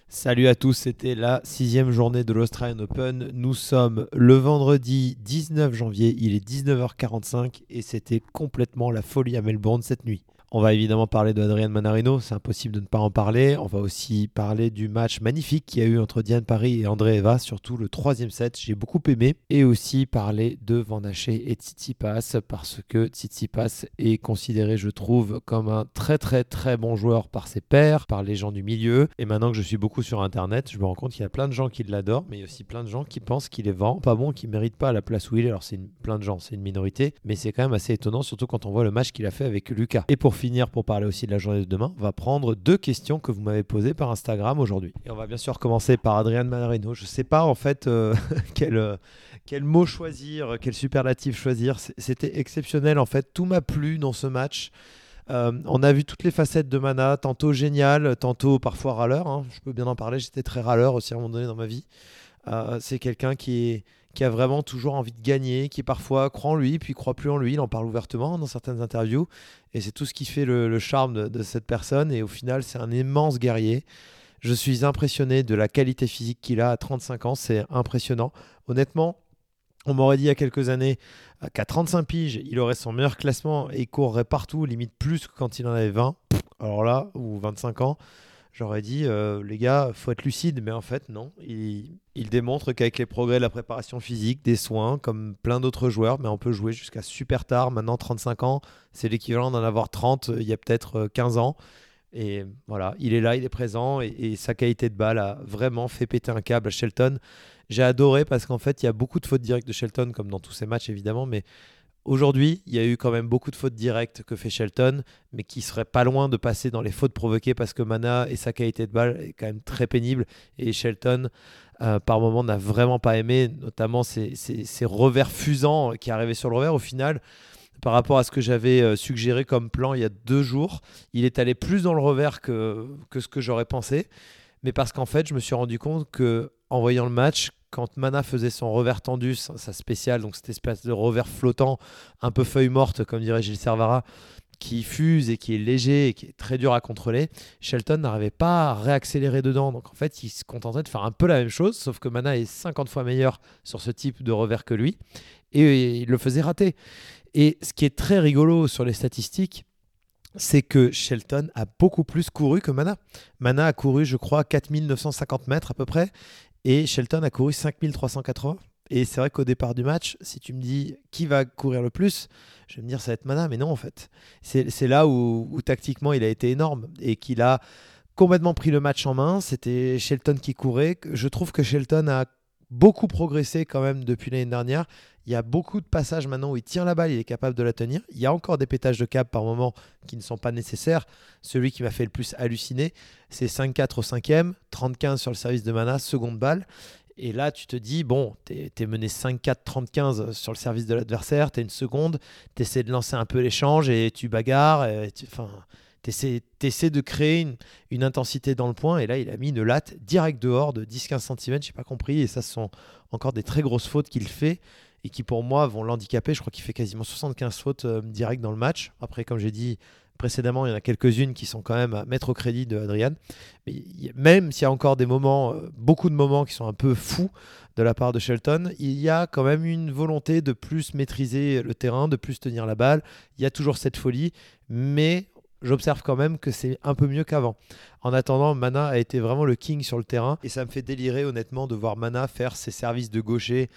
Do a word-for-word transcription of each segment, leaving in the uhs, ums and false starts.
Salut à tous, c'était la sixième journée de l'Australian Open. Nous sommes le vendredi dix-neuf janvier, il est dix-neuf heures quarante-cinq et c'était complètement la folie à Melbourne cette nuit. On va évidemment parler de Adrian Manarino, c'est impossible de ne pas en parler. On va aussi parler du match magnifique qu'il y a eu entre Diane Paris et André Eva, surtout le troisième set, j'ai beaucoup aimé. Et aussi parler de Van Haché et Tsitsipas, parce que Tsitsipas est considéré, je trouve, comme un très très très bon joueur par ses pairs, par les gens du milieu. Et maintenant que je suis beaucoup sur Internet, je me rends compte qu'il y a plein de gens qui l'adorent, mais il y a aussi plein de gens qui pensent qu'il est vraiment pas bon, qu'il ne mérite pas la place où il est. Alors c'est une, plein de gens, c'est une minorité, mais c'est quand même assez étonnant, surtout quand on voit le match qu'il a fait avec Lucas. Et pour finir, pour parler aussi de la journée de demain, on va prendre deux questions que vous m'avez posées par Instagram aujourd'hui. Et on va bien sûr commencer par Adrian Manarino. Je ne sais pas en fait euh, quel, euh, quel mot choisir, quel superlatif choisir. C'était exceptionnel en fait. Tout m'a plu dans ce match. Euh, on a vu toutes les facettes de Mana, tantôt génial, tantôt parfois râleur. Hein. Je peux bien en parler, j'étais très râleur aussi à un moment donné dans ma vie. Euh, c'est quelqu'un qui, est, qui a vraiment toujours envie de gagner, qui parfois croit en lui, puis croit plus en lui. Il en parle ouvertement dans certaines interviews. Et c'est tout ce qui fait le, le charme de, de cette personne. Et au final, c'est un immense guerrier. Je suis impressionné de la qualité physique qu'il a à trente-cinq ans. C'est impressionnant. Honnêtement, on m'aurait dit il y a quelques années qu'à trente-cinq piges, il aurait son meilleur classement et il courrait partout, limite plus que quand il en avait vingt. Alors là, ou vingt-cinq ans, j'aurais dit, euh, les gars, faut être lucide. Mais en fait, non. Il, il démontre qu'avec les progrès de la préparation physique, des soins, comme plein d'autres joueurs, mais on peut jouer jusqu'à super tard. Maintenant, trente-cinq ans, c'est l'équivalent d'en avoir trente il y a peut-être quinze ans. Et voilà, il est là, il est présent et, et sa qualité de balle a vraiment fait péter un câble à Shelton. J'ai adoré parce qu'en fait, il y a beaucoup de fautes directes de Shelton, comme dans tous ses matchs évidemment, mais aujourd'hui, il y a eu quand même beaucoup de fautes directes que fait Shelton, mais qui serait pas loin de passer dans les fautes provoquées parce que Mana et sa qualité de balle est quand même très pénible. Et Shelton, euh, par moment, n'a vraiment pas aimé, notamment ses, ses, ses revers fusants qui arrivaient sur le revers. Au final, par rapport à ce que j'avais euh, suggéré comme plan il y a deux jours, il est allé plus dans le revers que, que ce que j'aurais pensé. Mais parce qu'en fait, je me suis rendu compte que en voyant le match, quand Mana faisait son revers tendu, sa sa spéciale, donc cette espèce de revers flottant, un peu feuille morte, comme dirait Gilles Servara, qui fuse et qui est léger et qui est très dur à contrôler, Shelton n'arrivait pas à réaccélérer dedans. Donc en fait, il se contentait de faire un peu la même chose, sauf que Mana est cinquante fois meilleur sur ce type de revers que lui, et il le faisait rater. Et ce qui est très rigolo sur les statistiques, c'est que Shelton a beaucoup plus couru que Mana. Mana a couru, je crois, quatre mille neuf cent cinquante mètres à peu près, et Shelton a couru cinq mille trois cent quatre-vingts. Et c'est vrai qu'au départ du match, si tu me dis qui va courir le plus, je vais me dire ça va être Mana, mais non en fait. C'est, c'est là où, où tactiquement il a été énorme et qu'il a complètement pris le match en main. C'était Shelton qui courait. Je trouve que Shelton a beaucoup progressé quand même depuis l'année dernière. Il y a beaucoup de passages maintenant où il tient la balle, il est capable de la tenir. Il y a encore des pétages de câble par moment qui ne sont pas nécessaires. Celui qui m'a fait le plus halluciner, c'est cinq quatre au cinquième, trente quinze sur le service de Mana, seconde balle. Et là, tu te dis, bon, t'es, t'es mené cinq quatre, trente quinze sur le service de l'adversaire, t'es une seconde, t'essaies de lancer un peu l'échange et tu bagarres. Enfin, t'essaies, t'essaies de créer une, une intensité dans le point. Et là, il a mis une latte direct dehors de dix quinze centimètres, j'ai pas compris. Et ça, ce sont encore des très grosses fautes qu'il fait et qui, pour moi, vont l'handicaper. Je crois qu'il fait quasiment soixante-quinze fautes euh, directes dans le match. Après, comme j'ai dit précédemment, il y en a quelques-unes qui sont quand même à mettre au crédit de Adrian. Mais il y a- même s'il y a encore des moments, euh, beaucoup de moments qui sont un peu fous de la part de Shelton, il y a quand même une volonté de plus maîtriser le terrain, de plus tenir la balle. Il y a toujours cette folie, mais j'observe quand même que c'est un peu mieux qu'avant. En attendant, Mana a été vraiment le king sur le terrain et ça me fait délirer honnêtement de voir Mana faire ses services de gaucher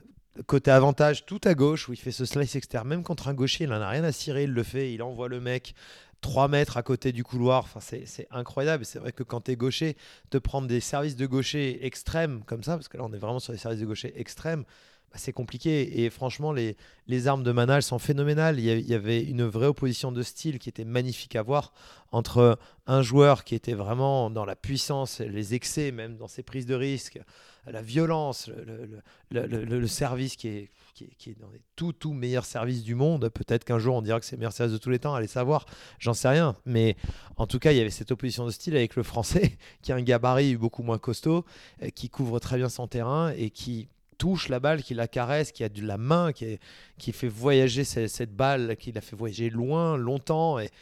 côté avantage tout à gauche où il fait ce slice externe. Même contre un gaucher, il n'en a rien à cirer, il le fait, il envoie le mec trois mètres à côté du couloir. Enfin, c'est, c'est incroyable. C'est vrai que quand tu es gaucher, te prendre des services de gaucher extrêmes comme ça, parce que là on est vraiment sur des services de gaucher extrêmes, bah, c'est compliqué. Et franchement, les, les armes de Mana, elles sont phénoménales. Il y, a, il y avait une vraie opposition de style qui était magnifique à voir entre un joueur qui était vraiment dans la puissance, les excès, même dans ses prises de risque, la violence, le, le, le, le, le service qui est, qui, est, qui est dans les tout, tout meilleurs services du monde. Peut-être qu'un jour on dira que c'est le meilleur service de tous les temps, allez savoir, j'en sais rien. Mais en tout cas, il y avait cette opposition de style avec le français qui a un gabarit beaucoup moins costaud, qui couvre très bien son terrain et qui touche la balle, qui la caresse, qui a de la main, qui, est, qui fait voyager cette, cette balle, qui la fait voyager loin, longtemps. Et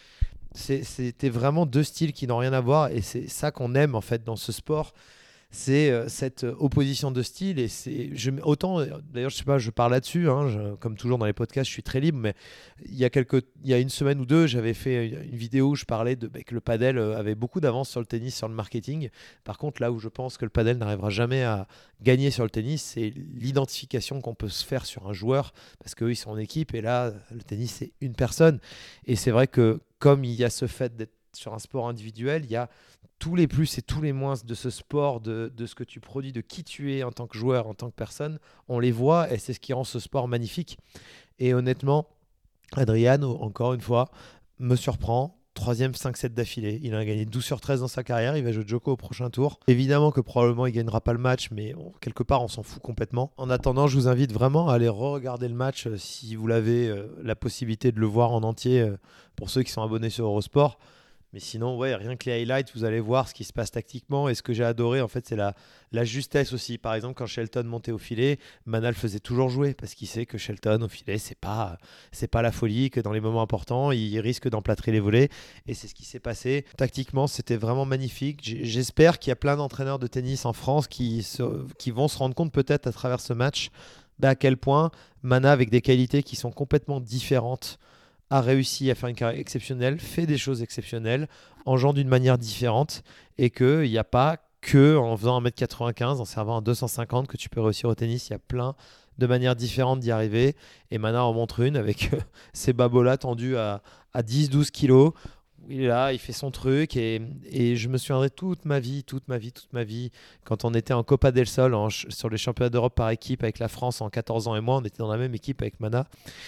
C'est, c'était vraiment deux styles qui n'ont rien à voir et c'est ça qu'on aime en fait dans ce sport. C'est euh, cette euh, opposition de style et c'est je, autant euh, d'ailleurs je sais pas je parle là-dessus hein, je- comme toujours dans les podcasts je suis très libre mais il y a quelques il y a une semaine ou deux j'avais fait une, une vidéo où je parlais de bah, que le padel euh, avait beaucoup d'avance sur le tennis sur le marketing. Par contre là où je pense que le padel n'arrivera jamais à gagner sur le tennis c'est l'identification qu'on peut se faire sur un joueur parce qu'eux ils sont en équipe et là le tennis c'est une personne et c'est vrai que comme il y a ce fait d'être sur un sport individuel il y a tous les plus et tous les moins de ce sport, de, de ce que tu produis, de qui tu es en tant que joueur, en tant que personne, on les voit et c'est ce qui rend ce sport magnifique. Et honnêtement, Adriano, encore une fois, me surprend. Troisième cinq sept d'affilée. Il a gagné douze sur treize dans sa carrière. Il va jouer Djoko au prochain tour. Évidemment que probablement il gagnera pas le match, mais on- quelque part on s'en fout complètement. En attendant, je vous invite vraiment à aller re-regarder le match euh, si vous l'avez euh, la possibilité de le voir en entier euh, pour ceux qui sont abonnés sur Eurosport. Mais sinon, ouais, rien que les highlights, vous allez voir ce qui se passe tactiquement. Et ce que j'ai adoré, en fait, c'est la, la justesse aussi. Par exemple, quand Shelton montait au filet, Manal faisait toujours jouer parce qu'il sait que Shelton au filet, c'est pas, c'est pas la folie, que dans les moments importants, il risque d'emplâtrer les volets. Et c'est ce qui s'est passé. Tactiquement, c'était vraiment magnifique. J- J'espère qu'il y a plein d'entraîneurs de tennis en France qui, se- qui vont se rendre compte peut-être à travers ce match bah, à quel point Mana, avec des qualités qui sont complètement différentes, a réussi à faire une carrière exceptionnelle, fait des choses exceptionnelles, en jouant d'une manière différente, et qu'il n'y a pas que en faisant un mètre quatre-vingt-quinze, en servant un deux cent cinquante, que tu peux réussir au tennis. Il y a plein de manières différentes d'y arriver. Et Mana en montre une avec euh, ses babolas tendus à, à dix douze kilos. Il est là, il fait son truc. Et, et je me souviendrai toute ma vie, toute ma vie, toute ma vie, quand on était en Copa del Sol, en ch- sur les championnats d'Europe par équipe avec la France en quatorze ans et moi, on était dans la même équipe avec Mana.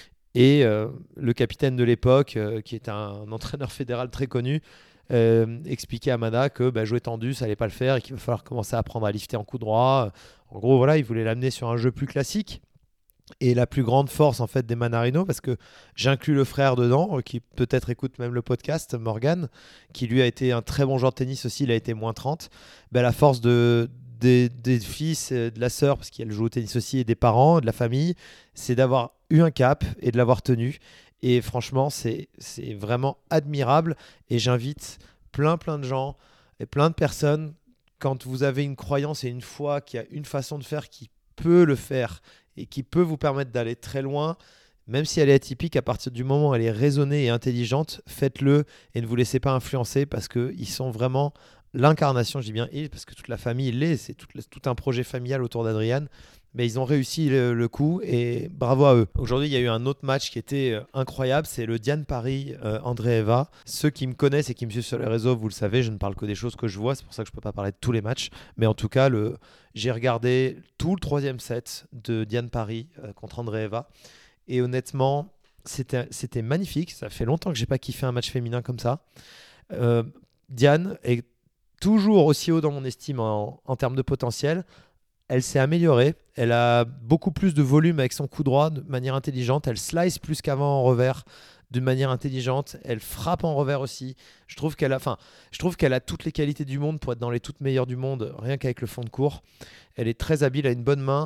Et euh, le capitaine de l'époque, euh, qui est un, un entraîneur fédéral très connu, euh, expliquait à Mana que bah, jouer tendu, ça allait pas le faire et qu'il va falloir commencer à apprendre à lifter en coup droit. En gros, voilà, il voulait l'amener sur un jeu plus classique. Et la plus grande force en fait des Manarino, parce que j'inclus le frère dedans, euh, qui peut-être écoute même le podcast, Morgan, qui lui a été un très bon joueur de tennis aussi, il a été moins trente. Ben, la force de, des, des fils, euh, de la sœur, parce qu'elle joue au tennis aussi, et des parents, de la famille, c'est d'avoir eu un cap et de l'avoir tenu. Et franchement, c'est c'est vraiment admirable. Et j'invite plein, plein de gens et plein de personnes, quand vous avez une croyance et une foi qui a une façon de faire qui peut le faire et qui peut vous permettre d'aller très loin, même si elle est atypique, à partir du moment où elle est raisonnée et intelligente, faites-le et ne vous laissez pas influencer parce qu'ils sont vraiment l'incarnation, je dis bien ils, parce que toute la famille l'est, c'est tout, tout un projet familial autour d'Adrian, mais ils ont réussi le, le coup et bravo à eux. Aujourd'hui, il y a eu un autre match qui était euh, incroyable, c'est le Diane Paris euh, Andreeva. Ceux qui me connaissent et qui me suivent sur les réseaux, vous le savez, je ne parle que des choses que je vois, c'est pour ça que je ne peux pas parler de tous les matchs, mais en tout cas, le, j'ai regardé tout le troisième set de Diane Paris euh, contre Andreeva et honnêtement, c'était, c'était magnifique. Ça fait longtemps que j'ai pas kiffé un match féminin comme ça. Euh, Diane est toujours aussi haut dans mon estime en, en termes de potentiel. Elle s'est améliorée. Elle a beaucoup plus de volume avec son coup droit de manière intelligente. Elle slice plus qu'avant en revers d'une manière intelligente. Elle frappe en revers aussi. Je trouve qu'elle a, enfin, je trouve qu'elle a toutes les qualités du monde pour être dans les toutes meilleures du monde, rien qu'avec le fond de cours. Elle est très habile, a une bonne main.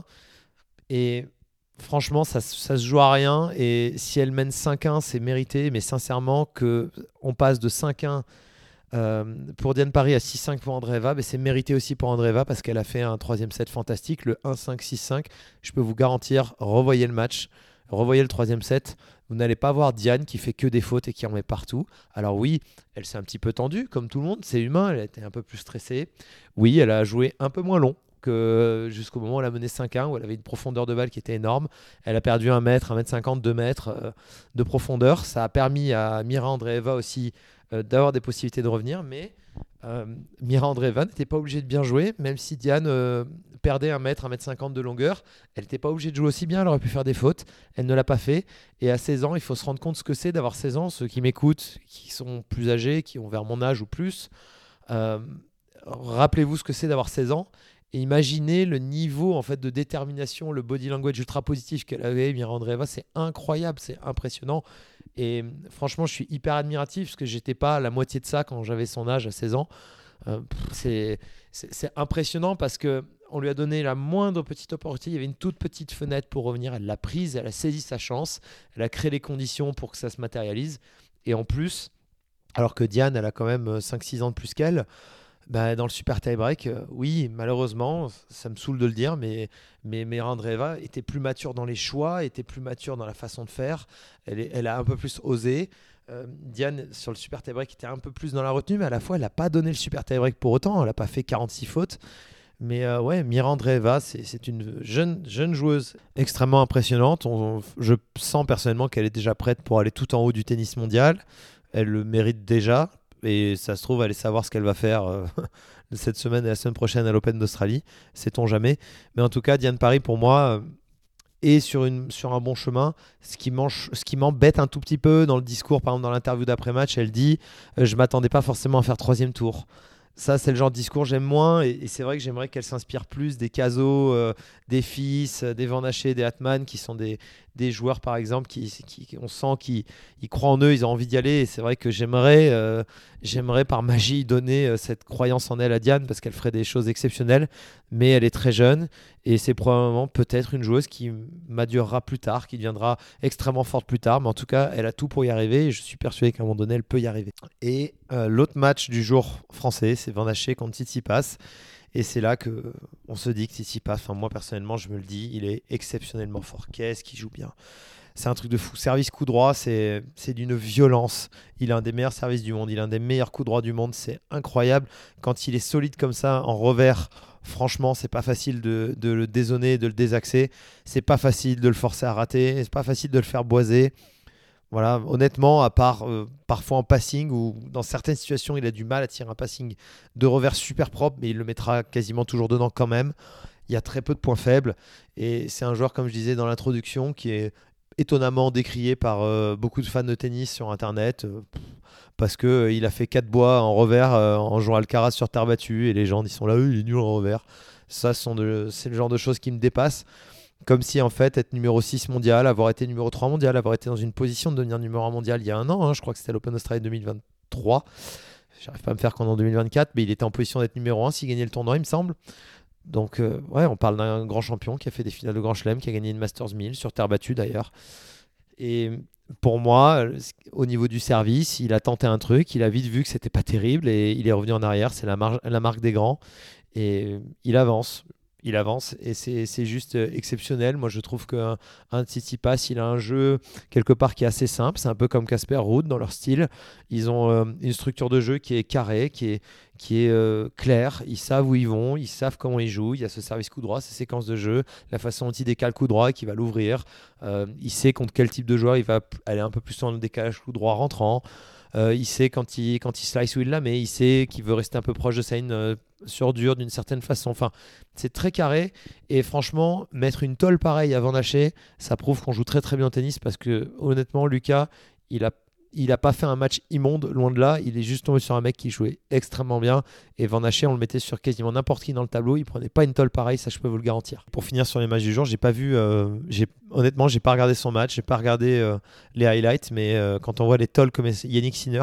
Et franchement, ça, ça se joue à rien. Et si elle mène cinq un, c'est mérité. Mais sincèrement, que on passe de cinq un euh, pour Diane Paris à six cinq pour Andreeva, mais c'est mérité aussi pour Andreeva parce qu'elle a fait un troisième set fantastique, le un cinq six cinq. Je peux vous garantir, revoyez le match, revoyez le troisième set. Vous n'allez pas voir Diane qui fait que des fautes et qui en met partout. Alors oui, elle s'est un petit peu tendue, comme tout le monde, c'est humain, elle a été un peu plus stressée. Oui, elle a joué un peu moins long que jusqu'au moment où elle a mené cinq un, où elle avait une profondeur de balle qui était énorme. Elle a perdu un mètre, un mètre cinquante, deux mètres euh, de profondeur. Ça a permis à Mira Andreeva aussi euh, d'avoir des possibilités de revenir, mais euh, Mira Andreeva n'était pas obligée de bien jouer, même si Diane euh, perdait un mètre, un mètre cinquante de longueur. Elle n'était pas obligée de jouer aussi bien, elle aurait pu faire des fautes. Elle ne l'a pas fait. Et à seize ans, il faut se rendre compte ce que c'est d'avoir seize ans. Ceux qui m'écoutent, qui sont plus âgés, qui ont vers mon âge ou plus, euh, rappelez-vous ce que c'est d'avoir seize ans. Et imaginez le niveau en fait de détermination, le body language ultra positif qu'elle avait, Mira Andreeva, c'est incroyable, c'est impressionnant. Et franchement, je suis hyper admiratif parce que j'étais pas à la moitié de ça quand j'avais son âge à seize ans. Euh, c'est, c'est, c'est impressionnant parce que on lui a donné la moindre petite opportunité. Il y avait une toute petite fenêtre pour revenir. Elle l'a prise, elle a saisi sa chance, elle a créé les conditions pour que ça se matérialise. Et en plus, Alors que Diane, elle a quand même cinq six ans de plus qu'elle. Bah, dans le super tie-break, euh, oui, malheureusement, ça me saoule de le dire, mais, mais Mira Andreeva était plus mature dans les choix, était plus mature dans la façon de faire. Elle, est- elle a un peu plus osé. Euh, Diane, sur le super tie-break, était un peu plus dans la retenue, mais à la fois, elle n'a pas donné le super tie-break pour autant. Elle n'a pas fait quarante-six fautes. Mais euh, ouais, Mira Andreeva, c'est c'est une jeune, jeune joueuse extrêmement impressionnante. On- je sens personnellement qu'elle est déjà prête pour aller tout en haut du tennis mondial. Elle le mérite déjà. Et ça se trouve, aller savoir ce qu'elle va faire euh, cette semaine et la semaine prochaine à l'Open d'Australie. Sait-on jamais. Mais en tout cas, Diane Paris, pour moi, euh, est sur, une, sur un bon chemin. Ce qui, mange- ce qui m'embête un tout petit peu dans le discours, par exemple dans l'interview d'après-match, elle dit euh, je m'attendais pas forcément à faire troisième tour. Ça, c'est le genre de discours que j'aime moins. Et, et c'est vrai que j'aimerais qu'elle s'inspire plus des Caso, euh, des Fils, euh, des Van Haché, des Atman, qui sont des, des joueurs, par exemple, qui, qui, qui- on sent qu'ils ils croient en eux, ils ont envie d'y aller. Et c'est vrai que j'aimerais, euh, j'aimerais par magie donner euh, cette croyance en elle à Diane, parce qu'elle ferait des choses exceptionnelles. Mais elle est très jeune. Et c'est probablement peut-être une joueuse qui madurera plus tard, qui deviendra extrêmement forte plus tard. Mais en tout cas, elle a tout pour y arriver. Et je suis persuadé qu'à un moment donné, elle peut y arriver. Et euh, l'autre match du jour français, c'est Van Haché contre Tsitsipas. Et c'est là que on se dit que Tsitsipas, enfin moi personnellement, je me le dis, il est exceptionnellement fort. Qu'est-ce qu'il joue bien. C'est un truc de fou. Service coup droit, c'est c'est d'une violence. Il a un des meilleurs services du monde. Il a un des meilleurs coups droits du monde. C'est incroyable. Quand il est solide comme ça, en revers, franchement, c'est pas facile de, de le dézoner, de le désaxer. C'est pas facile de le forcer à rater. C'est pas facile de le faire boiser. Voilà, honnêtement, à part euh, parfois en passing ou dans certaines situations, il a du mal à tirer un passing de revers super propre, mais il le mettra quasiment toujours dedans quand même. Il y a très peu de points faibles et c'est un joueur, comme je disais dans l'introduction, qui est étonnamment décrié par euh, beaucoup de fans de tennis sur Internet euh, parce que euh, il a fait quatre bois en revers euh, en jouant Alcaraz sur terre battue et les gens ils sont là, il est nul en revers. Ça, ce sont de- c'est le genre de choses qui me dépassent. Comme si en fait être numéro six mondial, avoir été numéro trois mondial, avoir été dans une position de devenir numéro un mondial il y a un an, hein, je crois que c'était à l'Open Australia deux mille vingt-trois. J'arrive pas à me faire qu'en deux mille vingt-quatre, mais il était en position d'être numéro un s'il gagnait le tournoi, il me semble. Donc euh, ouais, on parle d'un grand champion qui a fait des finales de Grand Chelem, qui a gagné une Masters mille sur terre battue d'ailleurs. Et pour moi, euh, au niveau du service, il a tenté un truc, il a vite vu que c'était pas terrible et il est revenu en arrière. C'est la, mar- la marque des grands et il avance. Il avance et c'est c'est juste euh, exceptionnel. Moi, je trouve qu'un un Tsitsipas, il a un jeu quelque part qui est assez simple. C'est un peu comme Casper Ruud dans leur style. Ils ont euh, une structure de jeu qui est carrée, qui est, qui est euh, claire. Ils savent où ils vont, ils savent comment ils jouent. Il y a ce service coup droit, ces séquences de jeu, la façon dont il décale coup droit et qui va l'ouvrir. Euh, il sait contre quel type de joueur il va p- aller un peu plus en décalage coup droit rentrant. Euh, il sait quand il, quand il slice où il la met. Il sait qu'il veut rester un peu proche de sa ligne euh, sur dur d'une certaine façon. Enfin, c'est très carré. Et franchement, mettre une tôle pareille avant Haché, ça prouve qu'on joue très très bien au tennis parce que honnêtement, Lucas, il a il a pas fait un match immonde, loin de là. Il est juste tombé sur un mec qui jouait extrêmement bien. Et Van Haché, on le mettait sur quasiment n'importe qui dans le tableau. Il prenait pas une tôle pareille, ça je peux vous le garantir. Pour finir sur les matchs du jour, j'ai pas vu. Euh, j'ai, honnêtement, j'ai pas regardé son match, j'ai pas regardé euh, les highlights. Mais euh, quand on voit les tôles comme Yannick Sinner,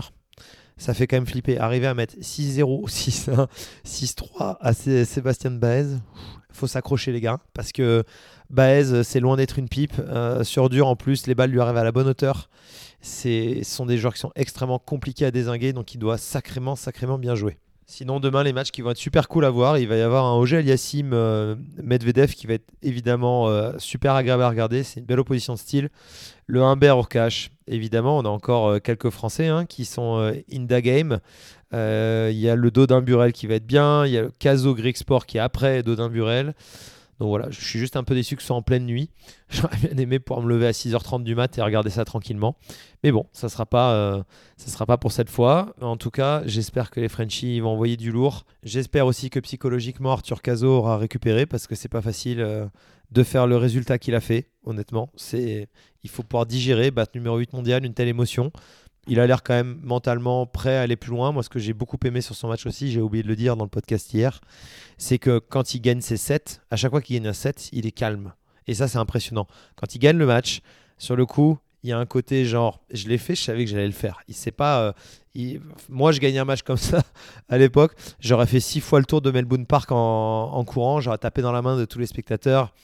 ça fait quand même flipper. Arriver à mettre six zéro, six un, six trois à Sé- Sébastien Baez, faut s'accrocher les gars, parce que Baez, c'est loin d'être une pipe. Euh, sur dur en plus, les balles lui arrivent à la bonne hauteur. C'est, ce sont des joueurs qui sont extrêmement compliqués à dézinguer, donc il doit sacrément, sacrément bien jouer. Sinon, demain, les matchs qui vont être super cool à voir, il va y avoir un Auger Aliassime euh, Medvedev qui va être évidemment euh, super agréable à regarder. C'est une belle opposition de style. Le Humbert Urkash, évidemment, on a encore euh, quelques Français hein, qui sont euh, in the game. Euh, Il y a le Dodin Burel qui va être bien. Il y a le Caso Greek Sport qui est après Dodin Burel. Donc voilà, je suis juste un peu déçu que ce soit en pleine nuit. J'aurais bien aimé pouvoir me lever à six heures trente du mat et regarder ça tranquillement. Mais bon, ça ne sera, pas, euh, ça sera pas pour cette fois. En tout cas, j'espère que les Frenchies vont envoyer du lourd. J'espère aussi que psychologiquement, Arthur Cazot aura récupéré parce que c'est pas facile euh, de faire le résultat qu'il a fait, honnêtement. C'est, il faut pouvoir digérer, battre numéro huit mondial, une telle émotion. Il a l'air quand même mentalement prêt à aller plus loin. Moi, ce que j'ai beaucoup aimé sur son match aussi, j'ai oublié de le dire dans le podcast hier, c'est que quand il gagne ses sets, à chaque fois qu'il gagne un set, il est calme. Et ça, c'est impressionnant. Quand il gagne le match, sur le coup, il y a un côté genre, je l'ai fait, je savais que j'allais le faire. Il sait pas. euh, il- Moi, je gagnais un match comme ça à l'époque. J'aurais fait six fois le tour de Melbourne Park en, en courant. J'aurais tapé dans la main de tous les spectateurs.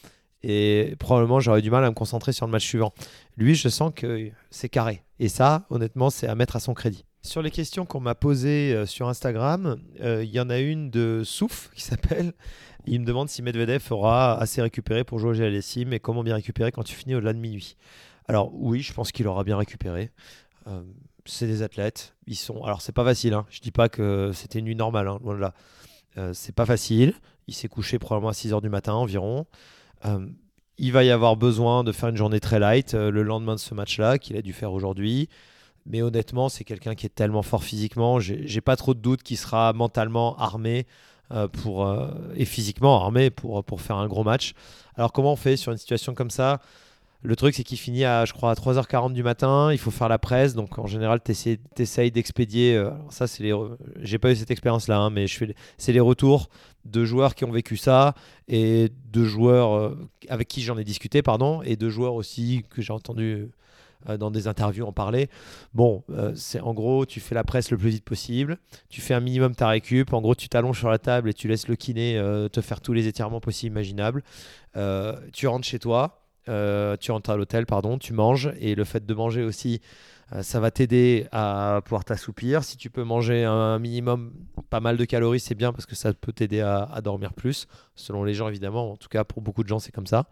Et probablement, j'aurais du mal à me concentrer sur le match suivant. Lui, je sens que c'est carré. Et ça, honnêtement, c'est à mettre à son crédit. Sur les questions qu'on m'a posées euh, sur Instagram, euh, il y en a une de Souf qui s'appelle. Il me demande si Medvedev aura assez récupéré pour jouer au G L S I M et comment bien récupérer quand tu finis au-delà de minuit. Alors oui, je pense qu'il aura bien récupéré. Euh, c'est des athlètes. Ils sont. Alors c'est pas facile. Hein. Je dis pas que c'était une nuit normale. Hein, loin de là. Euh, c'est pas facile. Il s'est couché probablement à six heures du matin environ. Euh, il va y avoir besoin de faire une journée très light euh, le lendemain de ce match-là qu'il a dû faire aujourd'hui. Mais honnêtement, c'est quelqu'un qui est tellement fort physiquement. J'ai, j'ai pas trop de doute qu'il sera mentalement armé euh, pour, euh, et physiquement armé pour, pour faire un gros match. Alors comment on fait sur une situation comme ça? Le truc, c'est qu'il finit à, je crois, à trois heures quarante du matin. Il faut faire la presse. Donc, en général, tu essayes d'expédier. Euh, alors ça, c'est les. Re- J'ai pas eu cette expérience-là, hein, mais je fais, c'est les retours de joueurs qui ont vécu ça et de joueurs euh, avec qui j'en ai discuté, pardon, et de joueurs aussi que j'ai entendu euh, dans des interviews en parler. Bon, euh, c'est en gros, tu fais la presse le plus vite possible. Tu fais un minimum ta récup. En gros, tu t'allonges sur la table et tu laisses le kiné euh, te faire tous les étirements possibles, imaginables. Euh, tu rentres chez toi. Euh, tu rentres à l'hôtel, pardon, tu manges et le fait de manger aussi, euh, ça va t'aider à pouvoir t'assoupir. Si tu peux manger un minimum, pas mal de calories, c'est bien parce que ça peut t'aider à, à dormir plus, selon les gens évidemment. En tout cas, pour beaucoup de gens, c'est comme ça.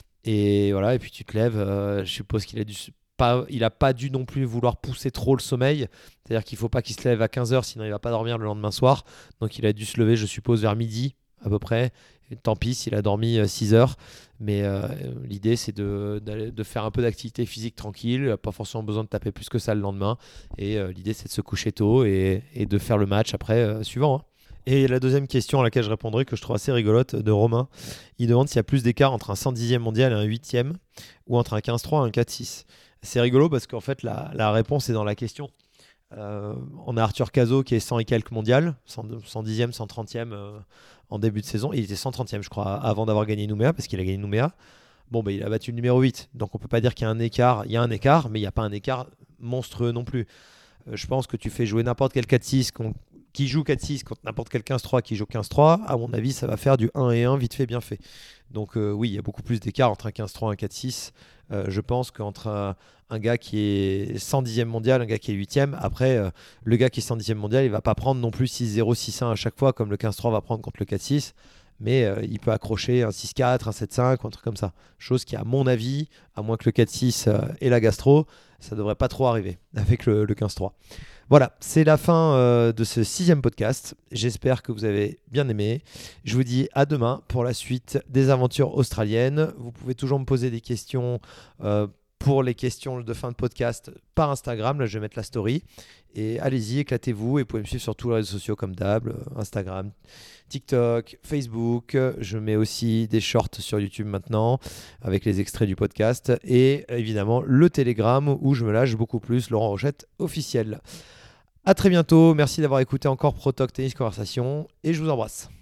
Et voilà, et puis tu te lèves. Euh, je suppose qu'il a dû pas, il a pas dû non plus vouloir pousser trop le sommeil. C'est-à-dire qu'il faut pas qu'il se lève à quinze heures, sinon il va pas dormir le lendemain soir. Donc il a dû se lever, je suppose, vers midi à peu près. Et tant pis s'il a dormi euh, six heures. Mais euh, l'idée, c'est de, d'aller- de faire un peu d'activité physique tranquille. Pas forcément besoin de taper plus que ça le lendemain. Et euh, l'idée, c'est de se coucher tôt et, et de faire le match après euh, suivant. Hein. Et la deuxième question à laquelle je répondrai, que je trouve assez rigolote, de Romain, il demande s'il y a plus d'écart entre un cent dixième mondial et un huitième, ou entre un quinze trois et un quatre six. C'est rigolo parce qu'en fait, la, la réponse est dans la question. Euh, on a Arthur Cazot qui est cent et quelques mondial, cent, cent dixième, cent trentième euh, en début de saison. Il était cent trentième, je crois, avant d'avoir gagné Nouméa, parce qu'il a gagné Nouméa. Bon, bah, il a battu le numéro huit, donc on peut pas dire qu'il y a un écart. Il y a un écart, mais il n'y a pas un écart monstrueux non plus. Euh, je pense que tu fais jouer n'importe quel quatre six qu'on- qui joue quatre six contre n'importe quel quinze trois qui joue quinze trois. À mon avis, ça va faire du un et un vite fait, bien fait. Donc euh, oui, il y a beaucoup plus d'écart entre un quinze trois et un quatre six. Euh, je pense qu'entre un, un gars qui est cent dixième mondial, un gars qui est huitième, après, euh, le gars qui est cent dixième mondial, il va pas prendre non plus six zéro, six un à chaque fois comme le quinze trois va prendre contre le quatre six. Mais euh, il peut accrocher un six quatre, un sept cinq ou un truc comme ça. Chose qui, à mon avis, à moins que le quatre six euh, ait la gastro, ça devrait pas trop arriver avec le, le quinze trois. Voilà, c'est la fin euh, de ce sixième podcast. J'espère que vous avez bien aimé. Je vous dis à demain pour la suite des aventures australiennes. Vous pouvez toujours me poser des questions euh, pour les questions de fin de podcast par Instagram. Là, je vais mettre la story. Et allez-y, éclatez-vous. Et vous pouvez me suivre sur tous les réseaux sociaux comme d'hab, euh, Instagram, TikTok, Facebook. Je mets aussi des shorts sur YouTube maintenant avec les extraits du podcast. Et évidemment, le Telegram où je me lâche beaucoup plus, Laurent Rochette officiel. À très bientôt. Merci d'avoir écouté encore Pro Talk Tennis Conversation et je vous embrasse.